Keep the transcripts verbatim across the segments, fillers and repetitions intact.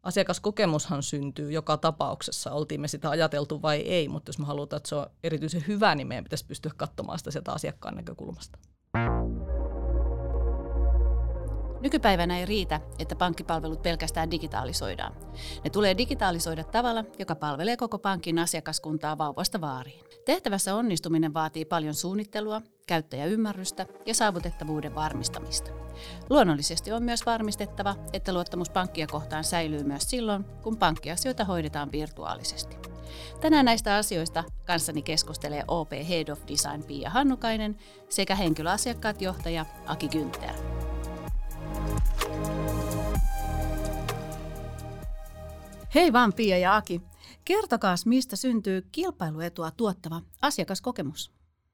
asiakaskokemushan syntyy joka tapauksessa, oltiin me sitä ajateltu vai ei, mutta jos me halutaan, että se on erityisen hyvä, niin meidän pitäisi pystyä katsomaan sitä sieltä asiakkaan näkökulmasta. Nykypäivänä ei riitä, että pankkipalvelut pelkästään digitalisoidaan. Ne tulee digitalisoida tavalla, joka palvelee koko pankin asiakaskuntaa vauvasta vaariin. Tehtävässä onnistuminen vaatii paljon suunnittelua, käyttäjäymmärrystä ja saavutettavuuden varmistamista. Luonnollisesti on myös varmistettava, että luottamus pankkia kohtaan säilyy myös silloin, kun pankkiasioita hoidetaan virtuaalisesti. Tänään näistä asioista kanssani keskustelee O P Head of Design Pia Hannukainen sekä henkilöasiakkaat johtaja Aki Günther. Hei vaan Pia ja Aki. Kertokaas, mistä syntyy kilpailuetua tuottava asiakaskokemus?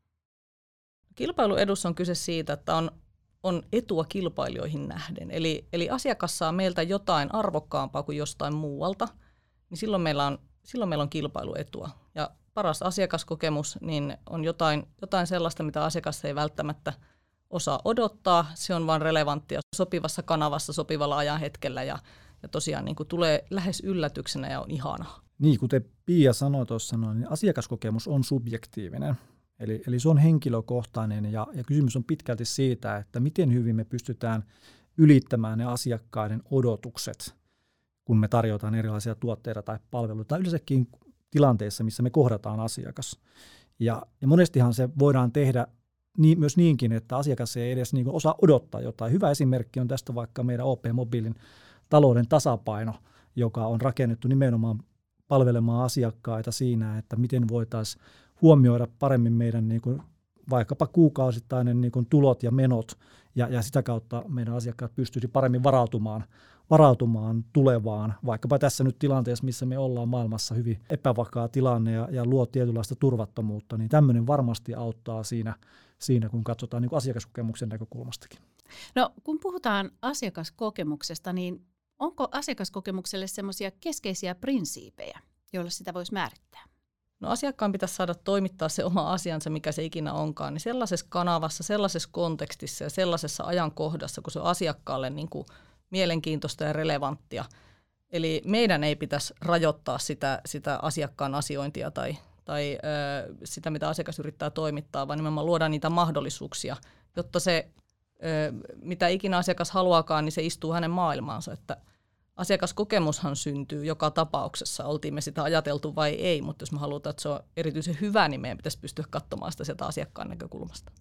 Kilpailuedussa on kyse siitä, että on, on etua kilpailijoihin nähden. Eli, eli asiakas saa meiltä jotain arvokkaampaa kuin jostain muualta, niin silloin meillä on, silloin meillä on kilpailuetua. Ja paras asiakaskokemus niin on jotain, jotain sellaista, mitä asiakas ei välttämättä osaa odottaa. Se on vain relevanttia sopivassa kanavassa, sopivalla ajanhetkellä ja Ja tosiaan niin kuin tulee lähes yllätyksenä ja on ihanaa. Niin, kuten Pia sanoi tuossa, niin asiakaskokemus on subjektiivinen. Eli, eli se on henkilökohtainen ja, ja kysymys on pitkälti siitä, että miten hyvin me pystytään ylittämään ne asiakkaiden odotukset, kun me tarjotaan erilaisia tuotteita tai palveluita, tai yleensäkin tilanteissa, missä me kohdataan asiakas. Ja, ja monestihan se voidaan tehdä niin, myös niinkin, että asiakas ei edes niin kuin osaa odottaa jotain. Hyvä esimerkki on tästä vaikka meidän O P-mobiilin talouden tasapaino, joka on rakennettu nimenomaan palvelemaan asiakkaita siinä, että miten voitaisiin huomioida paremmin meidän niin kuin vaikkapa kuukausittainen niin kuin tulot ja menot, ja, ja sitä kautta meidän asiakkaat pystyisi paremmin varautumaan, varautumaan tulevaan, vaikkapa tässä nyt tilanteessa, missä me ollaan maailmassa hyvin epävakaa tilanne ja, ja luo tietynlaista turvattomuutta, niin tämmöinen varmasti auttaa siinä, siinä kun katsotaan niin kuin asiakaskokemuksen näkökulmastakin. No kun puhutaan asiakaskokemuksesta, niin onko asiakaskokemukselle semmoisia keskeisiä prinsiipejä, joilla sitä voisi määrittää? No asiakkaan pitäisi saada toimittaa se oma asiansa, mikä se ikinä onkaan, niin sellaisessa kanavassa, sellaisessa kontekstissa ja sellaisessa ajankohdassa, kun se on asiakkaalle niin kuin mielenkiintoista ja relevanttia. Eli meidän ei pitäisi rajoittaa sitä, sitä asiakkaan asiointia tai, tai ö, sitä, mitä asiakas yrittää toimittaa, vaan nimenomaan luodaan niitä mahdollisuuksia, jotta se, ö, mitä ikinä asiakas haluaakaan, niin se istuu hänen maailmaansa, että asiakaskokemushan syntyy joka tapauksessa, oltiin me sitä ajateltu vai ei, mutta jos me halutaan, että se on erityisen hyvä, niin meidän pitäisi pystyä katsomaan sitä sieltä asiakkaan näkökulmasta.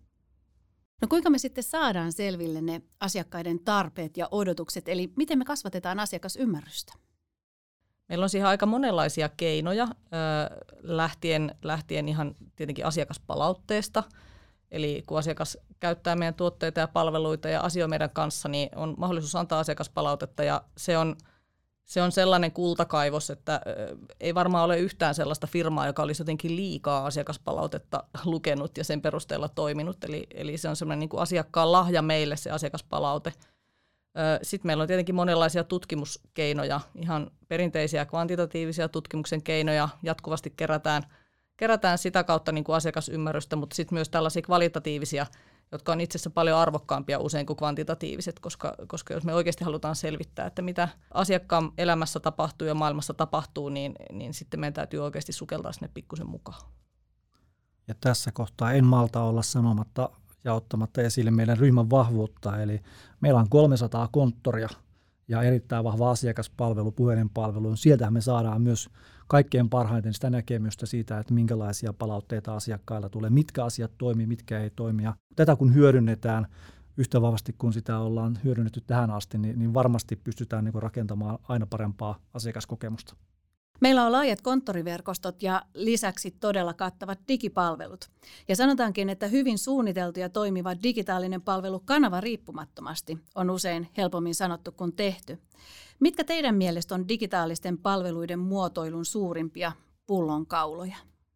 No kuinka me sitten saadaan selville ne asiakkaiden tarpeet ja odotukset, eli miten me kasvatetaan asiakasymmärrystä? Meillä on siihen aika monenlaisia keinoja, lähtien, lähtien ihan tietenkin asiakaspalautteesta. Eli kun asiakas käyttää meidän tuotteita ja palveluita ja asioi meidän kanssa, niin on mahdollisuus antaa asiakaspalautetta ja se on, se on sellainen kultakaivos, että ei varmaan ole yhtään sellaista firmaa, joka olisi jotenkin liikaa asiakaspalautetta lukenut ja sen perusteella toiminut. Eli, eli se on sellainen niin kuin asiakkaan lahja meille se asiakaspalaute. Sitten meillä on tietenkin monenlaisia tutkimuskeinoja, ihan perinteisiä kvantitatiivisia tutkimuksen keinoja, jatkuvasti kerätään Kerätään sitä kautta niin kuin asiakasymmärrystä, mutta sitten myös tällaisia kvalitatiivisia, jotka on itse asiassa paljon arvokkaampia usein kuin kvantitatiiviset, koska, koska jos me oikeasti halutaan selvittää, että mitä asiakkaan elämässä tapahtuu ja maailmassa tapahtuu, niin, niin sitten meidän täytyy oikeasti sukeltaa sinne pikkusen mukaan. Ja tässä kohtaa en malta olla sanomatta ja ottamatta esille meidän ryhmän vahvuutta, eli meillä on kolmesataa konttoria ja erittäin vahva asiakaspalvelu, puhelinpalvelu. Sieltähän me saadaan myös kaikkein parhaiten sitä näkemystä siitä, että minkälaisia palautteita asiakkailla tulee, mitkä asiat toimii, mitkä ei toimi. Ja tätä kun hyödynnetään yhtä vahvasti kuin sitä ollaan hyödynnetty tähän asti, niin, niin varmasti pystytään niin kuin rakentamaan aina parempaa asiakaskokemusta. Meillä on laajat konttoriverkostot ja lisäksi todella kattavat digipalvelut. Ja sanotaankin, että hyvin suunniteltu ja toimiva digitaalinen palvelu kanava riippumattomasti on usein helpommin sanottu kuin tehty. Mitkä teidän mielestä on digitaalisten palveluiden muotoilun suurimpia pullonkauloja?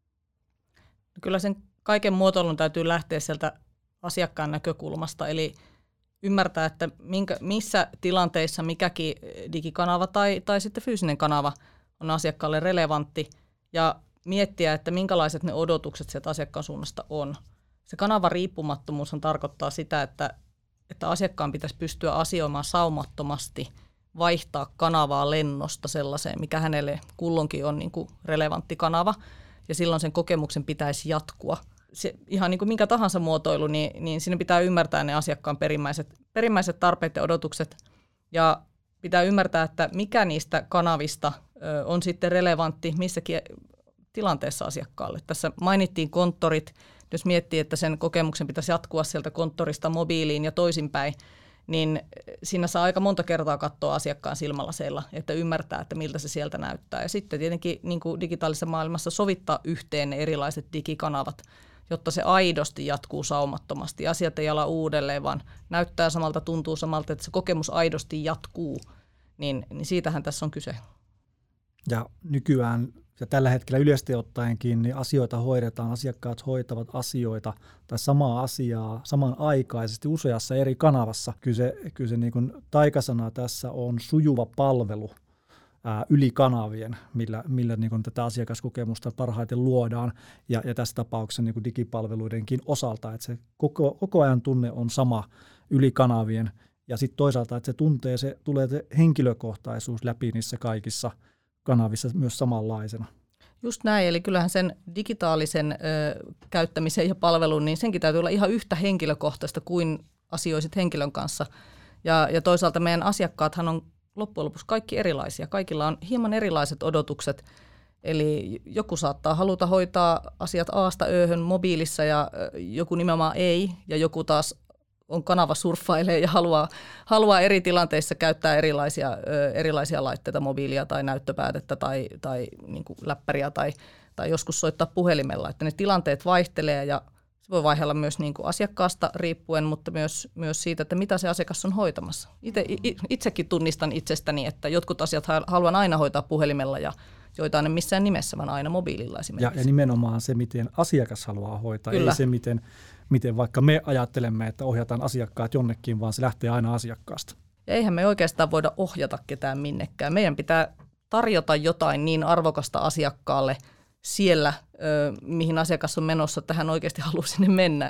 Kyllä sen kaiken muotoilun täytyy lähteä sieltä asiakkaan näkökulmasta, eli ymmärtää, että minkä, missä tilanteissa mikäkin digikanava tai, tai sitten fyysinen kanava on asiakkaalle relevantti ja miettiä, että minkälaiset ne odotukset sieltä asiakkaan suunnasta on. Se kanavan riippumattomuus tarkoittaa sitä, että, että asiakkaan pitäisi pystyä asioimaan saumattomasti vaihtaa kanavaa lennosta sellaiseen, mikä hänelle kulloinkin on niin kuin relevantti kanava, ja silloin sen kokemuksen pitäisi jatkua. Se, ihan niin kuin minkä tahansa muotoilu, niin, niin siinä pitää ymmärtää ne asiakkaan perimmäiset, perimmäiset tarpeet ja odotukset, ja pitää ymmärtää, että mikä niistä kanavista ö, on sitten relevantti missäkin tilanteessa asiakkaalle. Tässä mainittiin konttorit. Jos miettii, että sen kokemuksen pitäisi jatkua sieltä konttorista mobiiliin ja toisinpäin, niin siinä saa aika monta kertaa katsoa asiakkaan silmälaseilla, että ymmärtää, että miltä se sieltä näyttää. Ja sitten tietenkin niin kuin digitaalisessa maailmassa sovittaa yhteen ne erilaiset digikanavat, jotta se aidosti jatkuu saumattomasti. Asiat ei ala uudelleen, vaan näyttää samalta, tuntuu samalta, että se kokemus aidosti jatkuu. Niin, niin siitähän tässä on kyse. Ja nykyään ja tällä hetkellä yleisesti ottaenkin niin asioita hoidetaan, asiakkaat hoitavat asioita tai samaa asiaa samanaikaisesti useassa eri kanavassa. Kyllä se, kyllä se niin kuin taikasana tässä on sujuva palvelu ää, yli kanavien, millä, millä niin kuin tätä asiakaskokemusta parhaiten luodaan. Ja, ja tässä tapauksessa niin kuin digipalveluidenkin osalta, että se koko, koko ajan tunne on sama yli kanavien. Ja sitten toisaalta, että se tuntee, se tulee se henkilökohtaisuus läpi niissä kaikissa kanavissa myös samanlaisena. Just näin, eli kyllähän sen digitaalisen ö, käyttämisen ja palvelun, niin senkin täytyy olla ihan yhtä henkilökohtaista kuin asioisit henkilön kanssa. Ja, ja toisaalta meidän asiakkaathan on loppujen lopuksi kaikki erilaisia. Kaikilla on hieman erilaiset odotukset. Eli joku saattaa haluta hoitaa asiat A:sta Ö:hön mobiilissa ja joku nimenomaan ei, ja joku taas on kanava surffailee ja haluaa, haluaa eri tilanteissa käyttää erilaisia, ö, erilaisia laitteita, mobiilia tai näyttöpäätettä tai, tai niin kuin läppäriä tai, tai joskus soittaa puhelimella. Että ne tilanteet vaihtelee ja se voi vaihdella myös niin kuin asiakkaasta riippuen, mutta myös, myös siitä, että mitä se asiakas on hoitamassa. Ite, itsekin tunnistan itsestäni, että jotkut asiat haluan aina hoitaa puhelimella ja joitain en missään nimessä, vaan aina mobiililla esimerkiksi. Ja, ja nimenomaan se, miten asiakas haluaa hoitaa, Kyllä. ei se, miten, miten vaikka me ajattelemme, että ohjataan asiakkaat jonnekin, vaan se lähtee aina asiakkaasta. Ja eihän me oikeastaan voida ohjata ketään minnekään. Meidän pitää tarjota jotain niin arvokasta asiakkaalle siellä, ö, mihin asiakas on menossa, että hän oikeasti haluaa sinne mennä.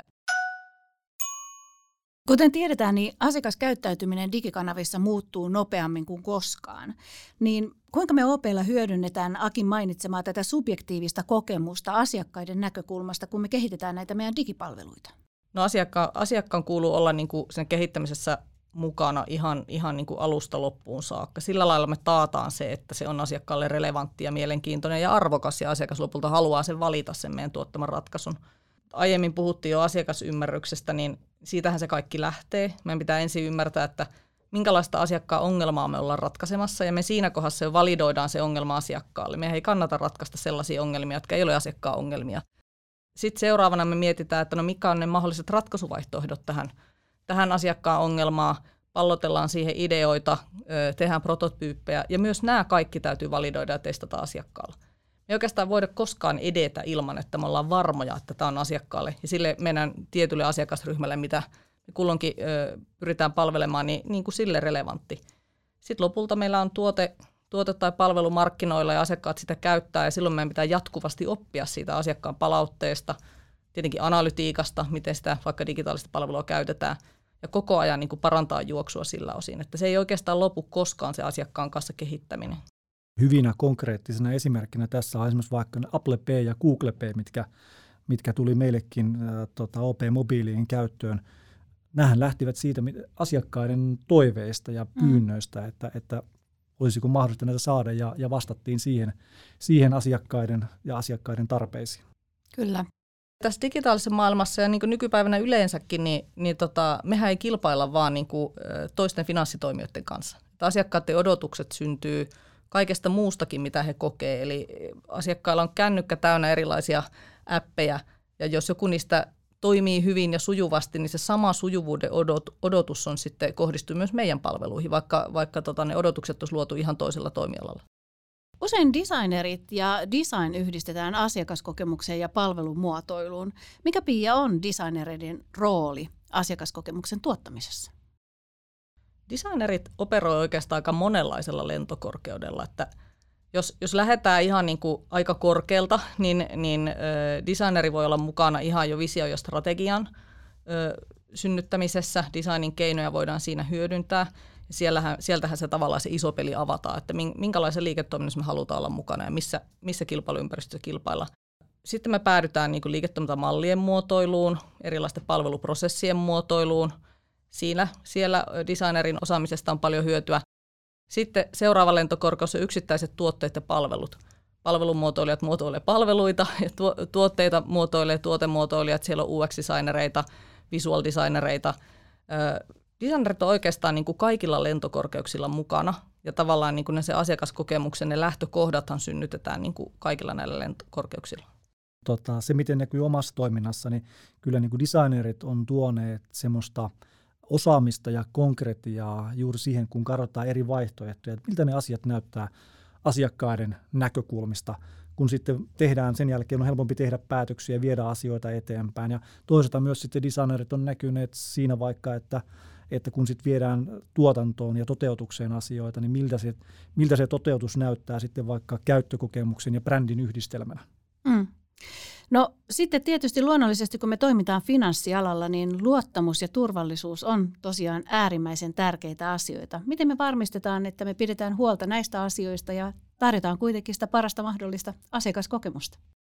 Kuten tiedetään, niin asiakaskäyttäytyminen digikanavissa muuttuu nopeammin kuin koskaan. Niin kuinka me O P:llä hyödynnetään Akin mainitsemaa tätä subjektiivista kokemusta asiakkaiden näkökulmasta, kun me kehitetään näitä meidän digipalveluita? No asiakkaan, asiakkaan kuuluu olla niin kuin sen kehittämisessä mukana ihan, ihan niin kuin alusta loppuun saakka. Sillä lailla me taataan se, että se on asiakkaalle relevantti ja mielenkiintoinen ja arvokas, ja asiakas lopulta haluaa sen valita sen meidän tuottaman ratkaisun. Aiemmin puhuttiin jo asiakasymmärryksestä, niin siitähän se kaikki lähtee. Meidän pitää ensin ymmärtää, että minkälaista asiakkaan ongelmaa me ollaan ratkaisemassa, ja me siinä kohdassa jo validoidaan se ongelma asiakkaalle. Meidän ei kannata ratkaista sellaisia ongelmia, jotka ei ole asiakkaan ongelmia. Sitten seuraavana me mietitään, että no mikä on ne mahdolliset ratkaisuvaihtoehdot tähän, tähän asiakkaan ongelmaan. Pallotellaan siihen ideoita, tehdään prototyyppejä, ja myös nämä kaikki täytyy validoida ja testata asiakkaalla. Me ei oikeastaan voida koskaan edetä ilman, että me ollaan varmoja, että tämä on asiakkaalle ja sille meidän tietylle asiakasryhmälle, mitä me kulloinkin ö, pyritään palvelemaan, niin, niin kuin sille relevantti. Sitten lopulta meillä on tuote, tuote tai palvelu markkinoilla ja asiakkaat sitä käyttää, ja silloin meidän pitää jatkuvasti oppia siitä asiakkaan palautteesta, tietenkin analytiikasta, miten sitä vaikka digitaalista palvelua käytetään, ja koko ajan niin kuin parantaa juoksua sillä osin, että se ei oikeastaan lopu koskaan se asiakkaan kanssa kehittäminen. Hyvinä konkreettisena esimerkkinä tässä on esimerkiksi vaikka Apple Pay ja Google Pay, mitkä, mitkä tuli meillekin ä, tota, O P-mobiiliin käyttöön. Nämähän lähtivät siitä asiakkaiden toiveista ja pyynnöistä, mm. että, että olisiko mahdollista näitä saada, ja, ja vastattiin siihen, siihen asiakkaiden ja asiakkaiden tarpeisiin. Kyllä. Tässä digitaalisessa maailmassa ja niin kuin nykypäivänä yleensäkin, niin, niin tota, mehän ei kilpailla vaan niin kuin toisten finanssitoimijoiden kanssa. Että asiakkaiden odotukset syntyy kaikesta muustakin, mitä he kokee. Eli asiakkailla on kännykkä täynnä erilaisia appeja, ja jos joku niistä toimii hyvin ja sujuvasti, niin se sama sujuvuuden odot, odotus on sitten kohdistuu myös meidän palveluihin, vaikka, vaikka tota, ne odotukset olisi luotu ihan toisella toimialalla. Usein designerit ja design yhdistetään asiakaskokemukseen ja palvelumuotoiluun. Mikä, Pia, on designereiden rooli asiakaskokemuksen tuottamisessa? Designerit operoi oikeastaan aika monenlaisella lentokorkeudella, että jos, jos lähdetään ihan niin kuin aika korkealta, niin, niin ö, designeri voi olla mukana ihan jo visio- ja strategian ö, synnyttämisessä. Designin keinoja voidaan siinä hyödyntää. Siellähän, sieltähän se tavallaan se iso peli avataan, että minkälaisen liiketoiminnassa me halutaan olla mukana ja missä, missä kilpailuympäristössä kilpailla. Sitten me päädytään niin kuin liiketoimintamallien muotoiluun, erilaisten palveluprosessien muotoiluun. Siinä, siellä designerin osaamisesta on paljon hyötyä. Sitten seuraava lentokorkeus on yksittäiset tuotteet ja palvelut. Palvelumuotoilijat muotoilee palveluita ja tuotteita muotoilee tuotemuotoilijat. Siellä on U X-designereita, visual designereita. Designerit on oikeastaan niin kuin kaikilla lentokorkeuksilla mukana ja tavallaan niin kuin ne se asiakaskokemuksen ne lähtökohdathan synnytetään niin kuin kaikilla näillä lentokorkeuksilla. Tota, se, miten näkyy omassa toiminnassa, niin kyllä niin kuin designerit on tuoneet semmoista osaamista ja konkretiaa juuri siihen, kun katsotaan eri vaihtoehtoja, että miltä ne asiat näyttää asiakkaiden näkökulmista, kun sitten tehdään sen jälkeen on helpompi tehdä päätöksiä ja viedä asioita eteenpäin. Ja toisaalta myös sitten designerit on näkyneet siinä vaikka, että, että kun sitten viedään tuotantoon ja toteutukseen asioita, niin miltä se, miltä se toteutus näyttää sitten vaikka käyttökokemuksen ja brändin yhdistelmänä. Mm. No sitten tietysti luonnollisesti, kun me toimitaan finanssialalla, niin luottamus ja turvallisuus on tosiaan äärimmäisen tärkeitä asioita. Miten me varmistetaan, että me pidetään huolta näistä asioista ja tarjotaan kuitenkin sitä parasta mahdollista asiakaskokemusta?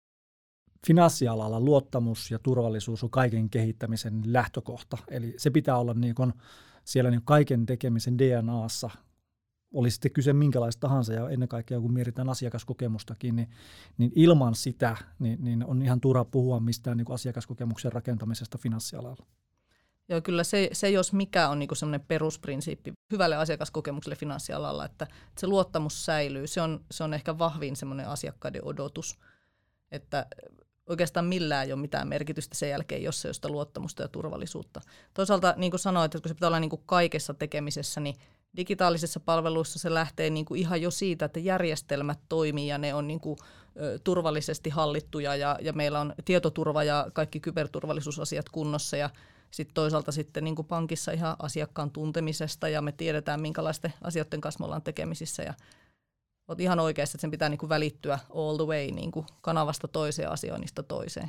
Finanssialalla luottamus ja turvallisuus on kaiken kehittämisen lähtökohta. Eli se pitää olla niin kuin siellä niin kaiken tekemisen D N A:ssa. Oli sitten kyse minkälaista tahansa ja ennen kaikkea kun mietitään asiakaskokemustakin, niin, niin ilman sitä niin, niin on ihan turha puhua mistään niin kuin asiakaskokemuksen rakentamisesta finanssialalla. Joo, kyllä se, se jos mikä on niin kuin semmoinen perusprinsiippi hyvälle asiakaskokemukselle finanssialalla, että, että se luottamus säilyy. Se on, se on ehkä vahvin semmoinen asiakkaiden odotus, että oikeastaan millään ei ole mitään merkitystä sen jälkeen, jos se on sitä luottamusta ja turvallisuutta. Toisaalta niin kuin sanoit, että kun se pitää olla niin kuin kaikessa tekemisessä, niin digitaalisissa palveluissa se lähtee niin kuin ihan jo siitä, että järjestelmät toimii ja ne on niin kuin, ö, turvallisesti hallittuja ja, ja meillä on tietoturva ja kaikki kyberturvallisuusasiat kunnossa ja sitten toisaalta sitten niin kuin pankissa ihan asiakkaan tuntemisesta ja me tiedetään minkälaisten asioiden kanssa me ollaan tekemisissä ja olet ihan oikeassa, että sen pitää niin kuin välittyä all the way niin kuin kanavasta toiseen asioinnista toiseen.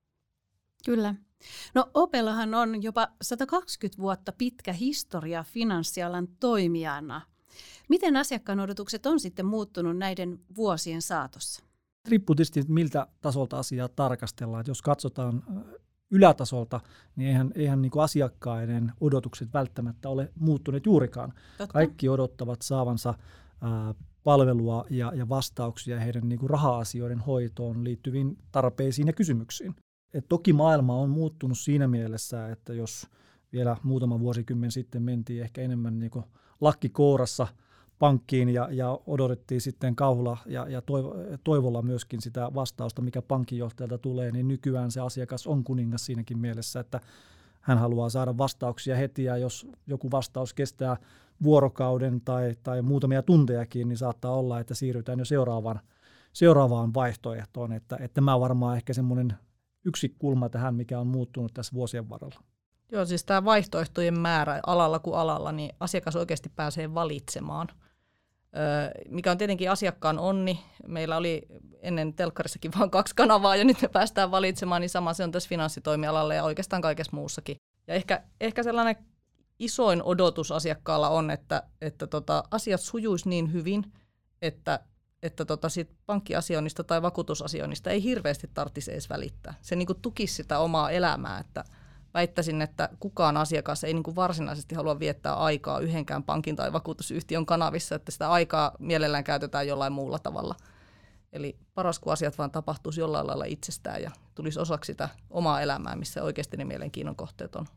Kyllä. No Opellahan on jopa sata kaksikymmentä vuotta pitkä historia finanssialan toimijana. Miten asiakkaan odotukset on sitten muuttunut näiden vuosien saatossa? Riippuu tietysti, miltä tasolta asiaa tarkastellaan. Et jos katsotaan ylätasolta, niin eihän, eihän niin kuin asiakkaiden odotukset välttämättä ole muuttuneet juurikaan. Totta. Kaikki odottavat saavansa ää, palvelua ja, ja vastauksia heidän niin kuin raha-asioiden hoitoon liittyviin tarpeisiin ja kysymyksiin. Et toki maailma on muuttunut siinä mielessä, että jos vielä muutama vuosikymmen sitten mentiin ehkä enemmän niin kuin lakki kourassa pankkiin ja, ja odotettiin sitten kauhulla ja, ja toivo, toivolla myöskin sitä vastausta, mikä pankinjohtajalta tulee, niin nykyään se asiakas on kuningas siinäkin mielessä, että hän haluaa saada vastauksia heti ja jos joku vastaus kestää vuorokauden tai, tai muutamia tuntejakin, niin saattaa olla, että siirrytään jo seuraavaan, seuraavaan vaihtoehtoon, että, että tämä on varmaan ehkä semmoinen yksi kulma tähän, mikä on muuttunut tässä vuosien varrella. Joo, siis tämä vaihtoehtojen määrä alalla kuin alalla, niin asiakas oikeasti pääsee valitsemaan, öö, mikä on tietenkin asiakkaan onni. Meillä oli ennen telkkarissakin vain kaksi kanavaa ja nyt me päästään valitsemaan, niin sama se on tässä finanssitoimialalla ja oikeastaan kaikessa muussakin. Ja ehkä, ehkä sellainen isoin odotus asiakkaalla on, että, että tota, asiat sujuisi niin hyvin, että että tota sit pankkiasioinnista tai vakuutusasioinnista ei hirveästi tarvitsisi edes välittää. Se niin kuin tukisi sitä omaa elämää, että väittäisin, että kukaan asiakas ei niin kuin varsinaisesti halua viettää aikaa yhdenkään pankin tai vakuutusyhtiön kanavissa, että sitä aikaa mielellään käytetään jollain muulla tavalla. Eli paras, kun asiat vaan tapahtuisi jollain lailla itsestään ja tulisi osaksi sitä omaa elämää, missä oikeasti ne mielenkiinnon kohteet on.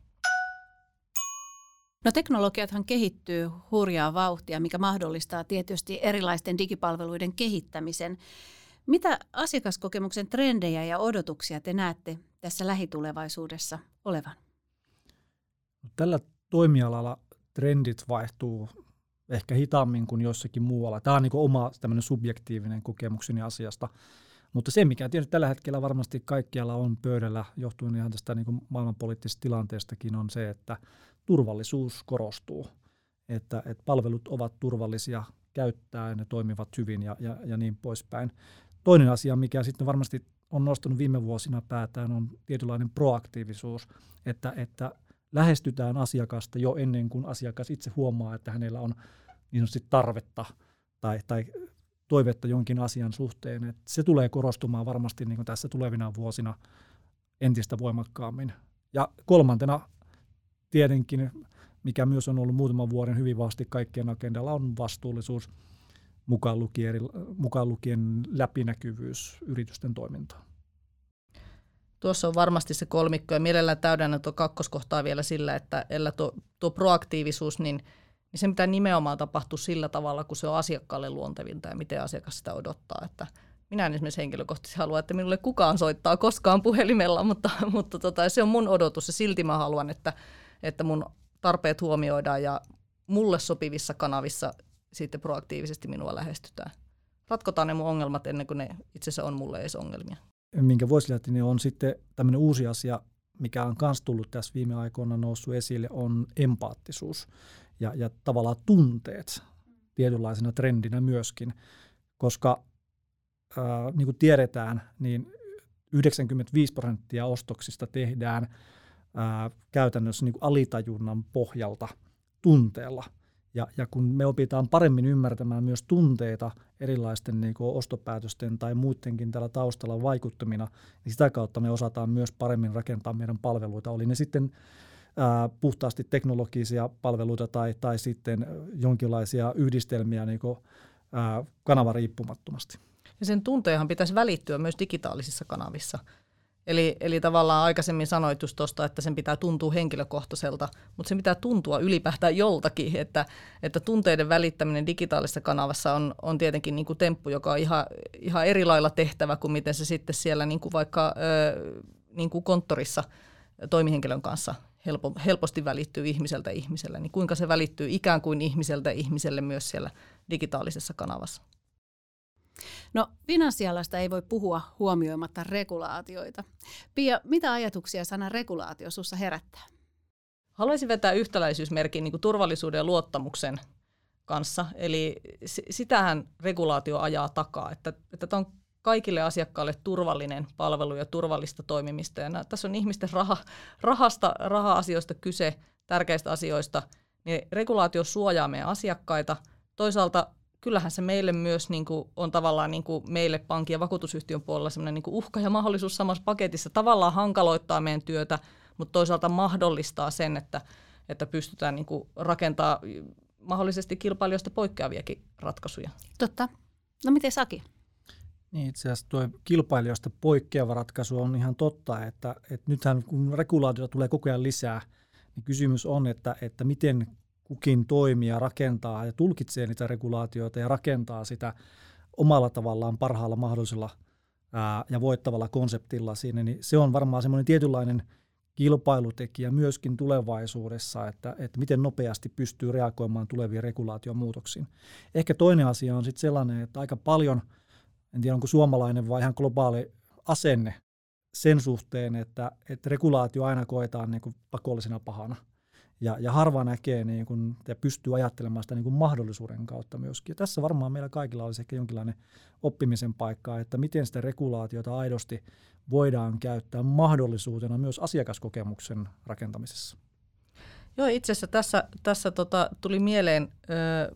No teknologiathan kehittyy hurjaa vauhtia, mikä mahdollistaa tietysti erilaisten digipalveluiden kehittämisen. Mitä asiakaskokemuksen trendejä ja odotuksia te näette tässä lähitulevaisuudessa olevan? Tällä toimialalla trendit vaihtuu ehkä hitaammin kuin jossakin muualla. Tämä on niin kuin oma tämmöinen subjektiivinen kokemukseni asiasta. Mutta se, mikä tietysti tällä hetkellä varmasti kaikkialla on pöydällä, johtuen ihan tästä niin kuin maailmanpoliittisesta tilanteestakin, on se, että turvallisuus korostuu. Että, että palvelut ovat turvallisia käyttää ja ne toimivat hyvin ja, ja, ja niin poispäin. Toinen asia, mikä sitten varmasti on nostanut viime vuosina päätään, on tietynlainen proaktiivisuus, että, että lähestytään asiakasta jo ennen kuin asiakas itse huomaa, että hänellä on niin sanotusti tarvetta tai, tai toivetta jonkin asian suhteen. Et se tulee korostumaan varmasti niin kuin tässä tulevina vuosina entistä voimakkaammin. Ja kolmantena tietenkin, mikä myös on ollut muutaman vuoden hyvin vahvasti kaikkien agendalla, on vastuullisuus, mukaan lukien, mukaan lukien läpinäkyvyys yritysten toimintaan. Tuossa on varmasti se kolmikko ja mielellään täydennä tuo kakkoskohtaa vielä sillä, että ellä tuo, tuo proaktiivisuus, niin, niin se pitää nimenomaan tapahtua sillä tavalla, kun se on asiakkaalle luontevinta ja miten asiakas sitä odottaa. Että minä en esimerkiksi henkilökohtaisesti halua, että minulle kukaan soittaa koskaan puhelimella, mutta, mutta tota, se on mun odotus ja silti mä haluan, että, että mun tarpeet huomioidaan ja mulle sopivissa kanavissa sitten proaktiivisesti minua lähestytään. Ratkotaan ne mun ongelmat ennen kuin ne itse asiassa on mulle edes ongelmia. Minkä voisi lisätä, niin on sitten tämmöinen uusi asia, mikä on myös tullut tässä viime aikoina noussut esille, on empaattisuus ja, ja tavallaan tunteet tietynlaisena trendinä myöskin, koska ää, niin kuin tiedetään, niin yhdeksänkymmentäviisi prosenttia ostoksista tehdään ää, käytännössä niin kuin alitajunnan pohjalta tunteella. Ja, ja kun me opitaan paremmin ymmärtämään myös tunteita erilaisten niin kuin ostopäätösten tai muidenkin täällä taustalla vaikuttamina, niin sitä kautta me osataan myös paremmin rakentaa meidän palveluita. Oli ne sitten ää, puhtaasti teknologisia palveluita tai, tai sitten jonkinlaisia yhdistelmiä niin kuin, ää, kanavariippumattomasti. Ja sen tuntejahan pitäisi välittyä myös digitaalisissa kanavissa. Eli, eli tavallaan aikaisemmin sanoit just tuosta, että sen pitää tuntua henkilökohtaiselta, mutta sen pitää tuntua ylipäätään joltakin, että, että tunteiden välittäminen digitaalisessa kanavassa on, on tietenkin niin kuin temppu, joka on ihan, ihan eri lailla tehtävä kuin miten se sitten siellä niin kuin vaikka ö, niin kuin konttorissa toimihenkilön kanssa helpo, helposti välittyy ihmiseltä ihmiselle, niin kuinka se välittyy ikään kuin ihmiseltä ihmiselle myös siellä digitaalisessa kanavassa. No, finanssialasta ei voi puhua huomioimatta regulaatioita. Pia, mitä ajatuksia sana regulaatio sinussa herättää? Haluaisin vetää yhtäläisyysmerkin niin kuin turvallisuuden ja luottamuksen kanssa. Eli sitähän regulaatio ajaa takaa, että, että tämä on kaikille asiakkaille turvallinen palvelu ja turvallista toimimista. Ja tässä on ihmisten raha, rahasta, raha-asioista kyse, tärkeistä asioista. Niin regulaatio suojaa meidän asiakkaita. Toisaalta kyllähän se meille myös niin kuin, on tavallaan niin kuin meille pankin ja vakuutusyhtiön puolella sellainen niin kuin uhka ja mahdollisuus samassa paketissa. Tavallaan hankaloittaa meidän työtä, mutta toisaalta mahdollistaa sen, että, että pystytään niin kuin rakentamaan mahdollisesti kilpailijoista poikkeaviakin ratkaisuja. Totta. No miten Saki? Niin, itse asiassa tuo kilpailijoista poikkeava ratkaisu on ihan totta, että, että nythän kun regulaatiota tulee koko ajan lisää, niin kysymys on, että, että miten kukin toimija rakentaa ja tulkitsee niitä regulaatioita ja rakentaa sitä omalla tavallaan parhaalla mahdollisella ää, ja voittavalla konseptilla siinä, niin se on varmaan semmoinen tietynlainen kilpailutekijä myöskin tulevaisuudessa, että, että miten nopeasti pystyy reagoimaan tuleviin regulaatiomuutoksiin. Ehkä toinen asia on sitten sellainen, että aika paljon, en tiedä onko suomalainen vai ihan globaali asenne sen suhteen, että, että regulaatio aina koetaan niin kuin pakollisena pahana. Ja, ja harva näkee niin kun, ja pystyy ajattelemaan sitä niin kun mahdollisuuden kautta myöskin. Ja tässä varmaan meillä kaikilla olisi ehkä jonkinlainen oppimisen paikka, että miten sitä regulaatiota aidosti voidaan käyttää mahdollisuutena myös asiakaskokemuksen rakentamisessa. Joo, itse asiassa tässä, tässä tota, tuli mieleen ö,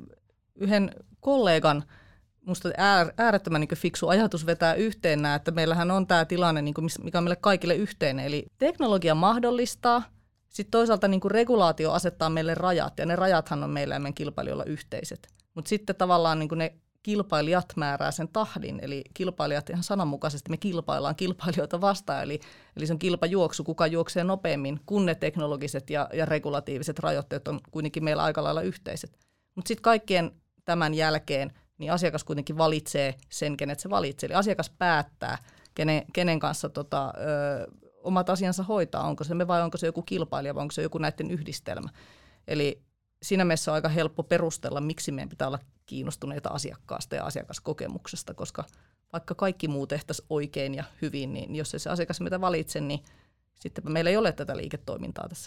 yhden kollegan, musta äärettömän niin fiksu ajatus vetää yhteen nämä, että meillähän on tämä tilanne, niin kuin, mikä on meille kaikille yhteinen. Eli teknologia mahdollistaa, sitten toisaalta niin kuin regulaatio asettaa meille rajat, ja ne rajathan on meillä ja meidän kilpailijoilla yhteiset. Mutta sitten tavallaan niin kuin ne kilpailijat määrää sen tahdin, eli kilpailijat ihan sananmukaisesti me kilpaillaan kilpailijoita vastaan, eli, eli se on kilpajuoksu, kuka juoksee nopeammin, kun ne teknologiset ja, ja regulatiiviset rajoitteet on kuitenkin meillä aika lailla yhteiset. Mutta sitten kaikkien tämän jälkeen niin asiakas kuitenkin valitsee sen, kenet se valitsee, eli asiakas päättää, kenen, kenen kanssa tota, ö, omat asiansa hoitaa, onko se me vai onko se joku kilpailija vai onko se joku näiden yhdistelmä. Eli siinä mielessä on aika helppo perustella, miksi meidän pitää olla kiinnostuneita asiakkaasta ja asiakaskokemuksesta, koska vaikka kaikki muu tehtäisiin oikein ja hyvin, niin jos ei se asiakas meitä valitse, niin sitten meillä ei ole tätä liiketoimintaa tässä.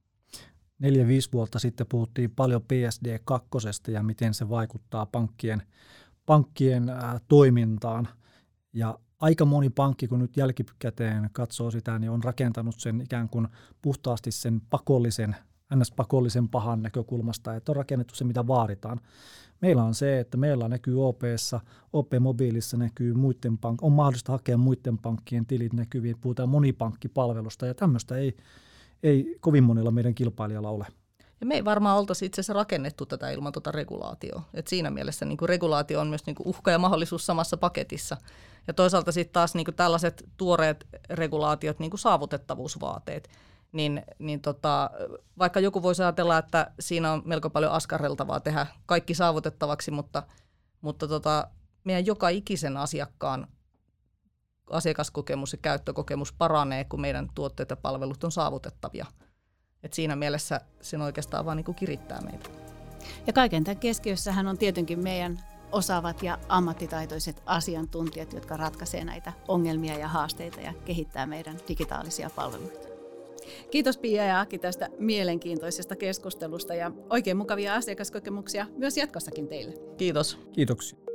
Neljä, viisi vuotta sitten puhuttiin paljon P S D kaksi ja miten se vaikuttaa pankkien, pankkien ää, toimintaan. Ja aika moni pankki, kun nyt jälkikäteen katsoo sitä, niin on rakentanut sen ikään kuin puhtaasti sen pakollisen, ns-pakollisen pahan näkökulmasta, että on rakennettu se, mitä vaaditaan. Meillä on se, että meillä näkyy O P:ssä, O P-mobiilissa näkyy muiden pank- on mahdollista hakea muiden pankkien tilit näkyviin, puhutaan monipankkipalvelusta ja tämmöistä ei, ei kovin monilla meidän kilpailijalla ole. Ja me ei varmaan oltaisi itse asiassa rakennettu tätä ilman tuota regulaatioa. Et siinä mielessä niin kuin regulaatio on myös niin kuin uhka ja mahdollisuus samassa paketissa. Ja toisaalta sitten taas niin kuin tällaiset tuoreet regulaatiot, niin kuin saavutettavuusvaateet, niin, niin tota, vaikka joku voisi ajatella, että siinä on melko paljon askarreltavaa tehdä kaikki saavutettavaksi, mutta, mutta tota, meidän joka ikisen asiakkaan asiakaskokemus ja käyttökokemus paranee, kun meidän tuotteet ja palvelut on saavutettavia. Et siinä mielessä se oikeastaan vaan niin kuin kirittää meitä. Ja kaiken tämän keskiössähän on tietenkin meidän osaavat ja ammattitaitoiset asiantuntijat, jotka ratkaisee näitä ongelmia ja haasteita ja kehittää meidän digitaalisia palveluita. Kiitos Pia ja Aki tästä mielenkiintoisesta keskustelusta ja oikein mukavia asiakaskokemuksia myös jatkossakin teille. Kiitos. Kiitoksia.